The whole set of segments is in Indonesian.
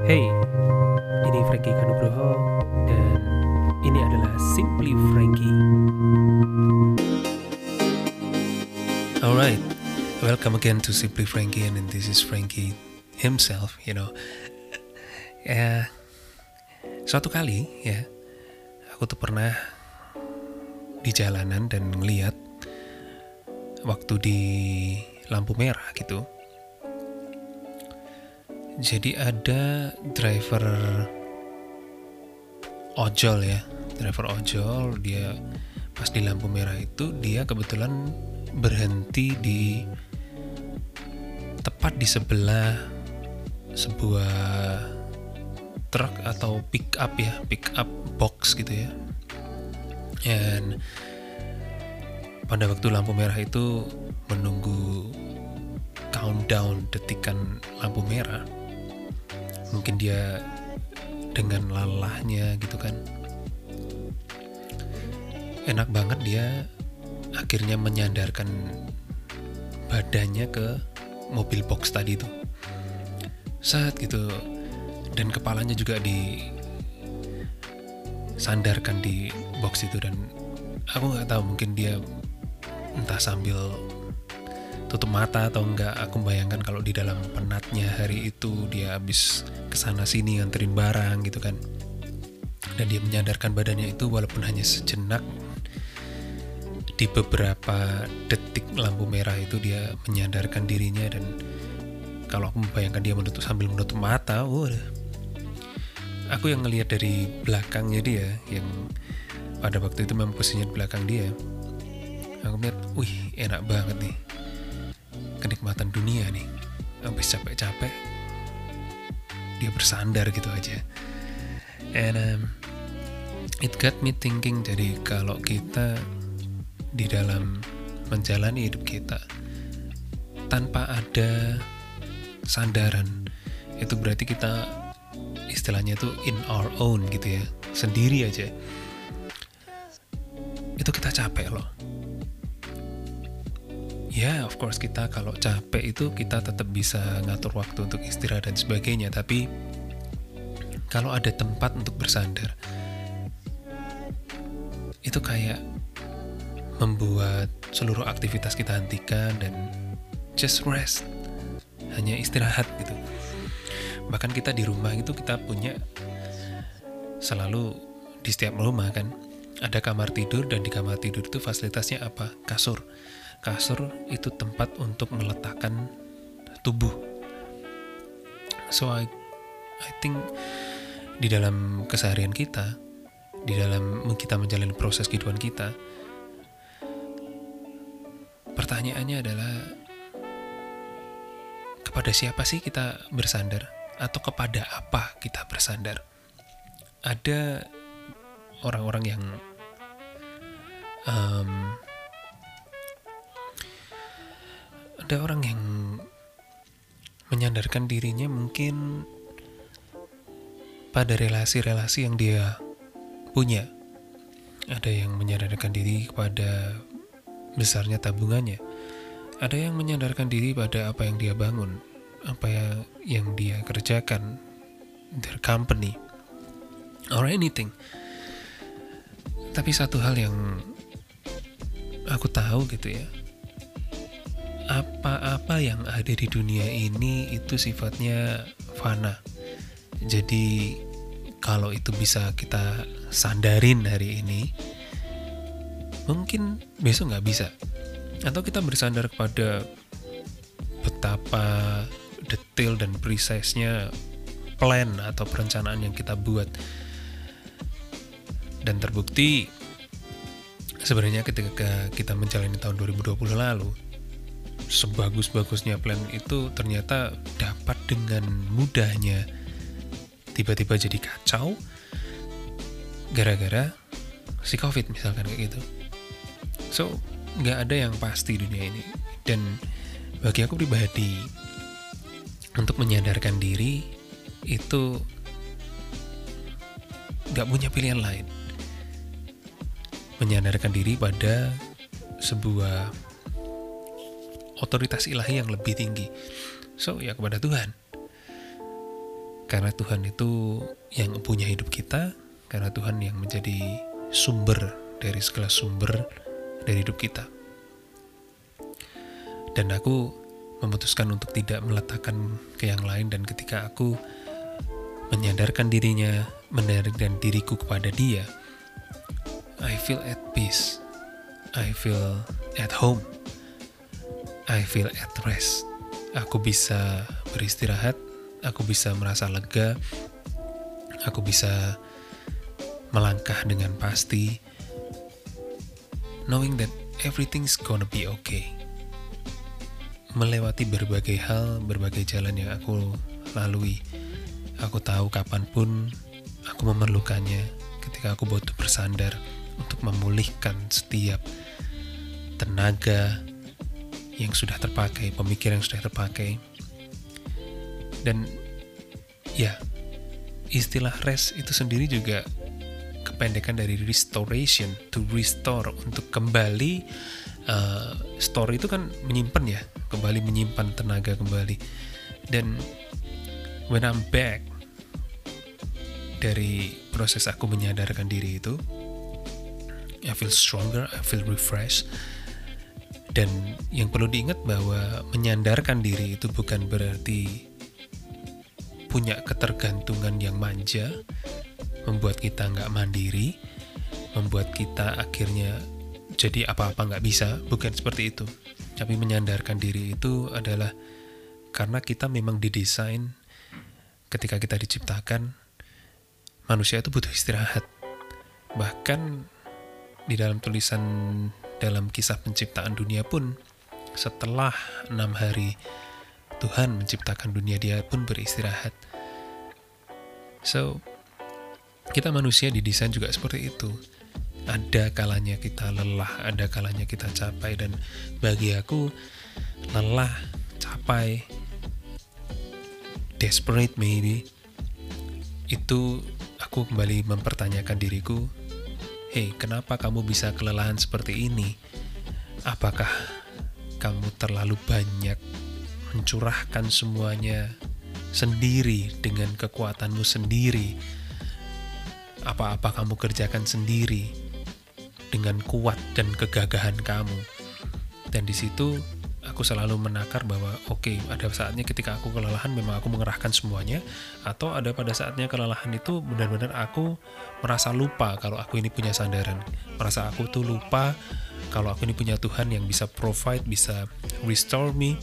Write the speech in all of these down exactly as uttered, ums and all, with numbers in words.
Hey, ini Frankie Kanugroho dan ini adalah Simply Frankie. Alright, welcome again to Simply Frankie, and this is Frankie himself, you know. Ya, suatu kali ya, aku tuh pernah di jalanan dan ngeliat waktu di lampu merah gitu. Jadi ada driver ojol ya, driver ojol dia pas di lampu merah itu dia kebetulan berhenti di tepat di sebelah sebuah truk atau pick up ya, pick up box gitu ya. Dan pada waktu lampu merah itu menunggu countdown detikan lampu merah, mungkin dia dengan lelahnya gitu kan, enak banget dia akhirnya menyandarkan badannya ke mobil box tadi tuh, saat gitu, dan kepalanya juga disandarkan di box itu. Dan aku nggak tahu, mungkin dia entah sambil tutup mata atau enggak, aku bayangkan kalau di dalam penatnya hari itu dia habis kesana sini nganterin barang gitu kan, dan dia menyandarkan badannya itu walaupun hanya sejenak. Di beberapa detik lampu merah itu dia menyandarkan dirinya, dan kalau aku membayangkan dia menutup sambil menutup mata, waduh, aku yang ngelihat dari belakangnya dia, yang pada waktu itu memang posisinya di belakang dia, aku melihat, wih enak banget nih, kenikmatan dunia nih, habis capek-capek dia bersandar gitu aja. And um, it got me thinking, jadi kalau kita di dalam menjalani hidup kita tanpa ada sandaran, itu berarti kita istilahnya itu in our own gitu ya, sendiri aja. Itu kita capek loh. Ya, yeah, of course kita kalau capek itu kita tetap bisa ngatur waktu untuk istirahat dan sebagainya, tapi kalau ada tempat untuk bersandar, itu kayak membuat seluruh aktivitas kita hentikan dan just rest, hanya istirahat gitu. Bahkan kita di rumah itu kita punya selalu di setiap rumah kan ada kamar tidur, dan di kamar tidur itu fasilitasnya apa? Kasur. Kasur itu tempat untuk meletakkan tubuh. So I, I think di dalam keseharian kita, di dalam kita menjalani proses kehidupan kita, pertanyaannya adalah kepada siapa sih kita bersandar, atau kepada apa kita bersandar? Ada orang-orang yang um, ada orang yang menyandarkan dirinya mungkin pada relasi-relasi yang dia punya. Ada yang menyandarkan diri kepada besarnya tabungannya. Ada yang menyandarkan diri pada apa yang dia bangun, apa yang, yang dia kerjakan, their company, or anything. Tapi satu hal yang aku tahu gitu ya, apa-apa yang ada di dunia ini itu sifatnya fana. Jadi kalau itu bisa kita sandarin hari ini, mungkin besok nggak bisa. Atau kita bersandar kepada betapa detail dan precise-nya plan atau perencanaan yang kita buat. Dan terbukti sebenarnya ketika kita menjalani tahun dua ribu dua puluh lalu, sebagus-bagusnya plan itu ternyata dapat dengan mudahnya tiba-tiba jadi kacau gara-gara si COVID misalkan kayak gitu. So, nggak ada yang pasti dunia ini. Dan bagi aku pribadi, untuk menyadarkan diri itu nggak punya pilihan lain. Menyadarkan diri pada sebuah otoritas ilahi yang lebih tinggi. So, ya kepada Tuhan. Karena Tuhan itu yang punya hidup kita, karena Tuhan yang menjadi sumber dari segala sumber dari hidup kita. Dan aku memutuskan untuk tidak meletakkan ke yang lain, dan ketika aku menyadarkan dirinya, menyadarkan diriku kepada Dia, I feel at peace, I feel at home, I feel at rest. Aku bisa beristirahat, aku bisa merasa lega, aku bisa melangkah dengan pasti, knowing that everything's gonna be okay. Melewati berbagai hal, berbagai jalan yang aku lalui, aku tahu kapanpun aku memerlukannya, ketika aku butuh bersandar untuk memulihkan setiap tenaga yang sudah terpakai, pemikiran yang sudah terpakai. Dan ya, istilah rest itu sendiri juga kependekan dari restoration, to restore, untuk kembali. uh, Store itu kan menyimpan ya, kembali menyimpan tenaga kembali. Dan when I'm back dari proses aku menyadarkan diri itu, I feel stronger, I feel refreshed. Dan yang perlu diingat bahwa menyadarkan diri itu bukan berarti punya ketergantungan yang manja, membuat kita nggak mandiri, membuat kita akhirnya jadi apa-apa nggak bisa. Bukan seperti itu. Tapi menyadarkan diri itu adalah karena kita memang didesain, ketika kita diciptakan, manusia itu butuh istirahat. Bahkan di dalam tulisan dalam kisah penciptaan dunia pun, setelah enam hari Tuhan menciptakan dunia, Dia pun beristirahat. So, kita manusia didesain juga seperti itu. Ada kalanya kita lelah, ada kalanya kita capai. Dan bagi aku, lelah, capai, desperate maybe, itu aku kembali mempertanyakan diriku, hei, kenapa kamu bisa kelelahan seperti ini? Apakah kamu terlalu banyak mencurahkan semuanya sendiri dengan kekuatanmu sendiri? Apa-apa kamu kerjakan sendiri dengan kuat dan kegagahan kamu? Dan di situ aku selalu menakar bahwa oke, okay, ada saatnya ketika aku kelelahan memang aku mengerahkan semuanya, atau ada pada saatnya kelelahan itu benar-benar aku merasa lupa kalau aku ini punya sandaran, merasa aku tuh lupa kalau aku ini punya Tuhan yang bisa provide, bisa restore me,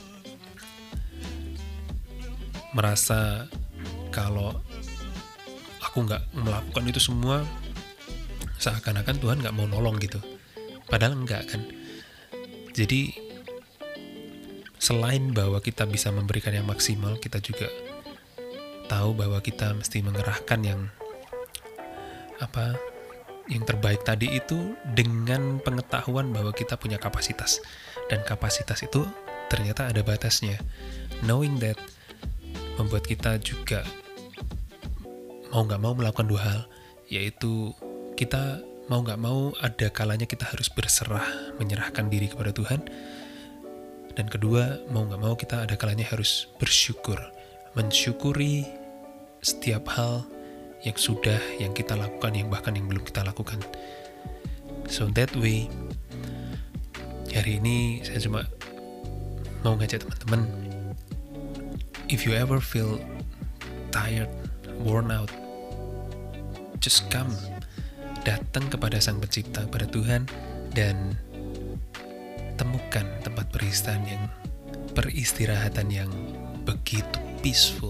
merasa kalau aku nggak melakukan itu semua seakan-akan Tuhan nggak mau nolong gitu, padahal enggak kan. Jadi selain bahwa kita bisa memberikan yang maksimal, kita juga tahu bahwa kita mesti mengerahkan yang apa, yang terbaik tadi itu dengan pengetahuan bahwa kita punya kapasitas, dan kapasitas itu ternyata ada batasnya. Knowing that membuat kita juga mau nggak mau melakukan dua hal, yaitu kita mau nggak mau ada kalanya kita harus berserah, menyerahkan diri kepada Tuhan. Dan kedua, mau nggak mau kita ada kalanya harus bersyukur, mensyukuri setiap hal yang sudah, yang kita lakukan, yang bahkan yang belum kita lakukan. So that way, hari ini saya cuma mau ngajak teman-teman, if you ever feel tired, worn out, just come, datang kepada Sang Pencipta, kepada Tuhan, dan temukan tempat peristirahatan yang peristirahatan yang begitu peaceful,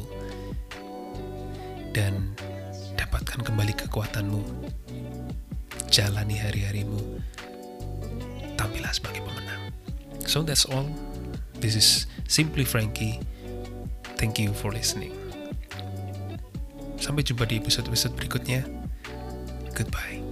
dan dapatkan kembali kekuatanmu. Jalani hari-harimu, tampillah sebagai pemenang. So that's all. This is Simply Frankie. Thank you for listening. Sampai jumpa di episode-episode berikutnya. Goodbye.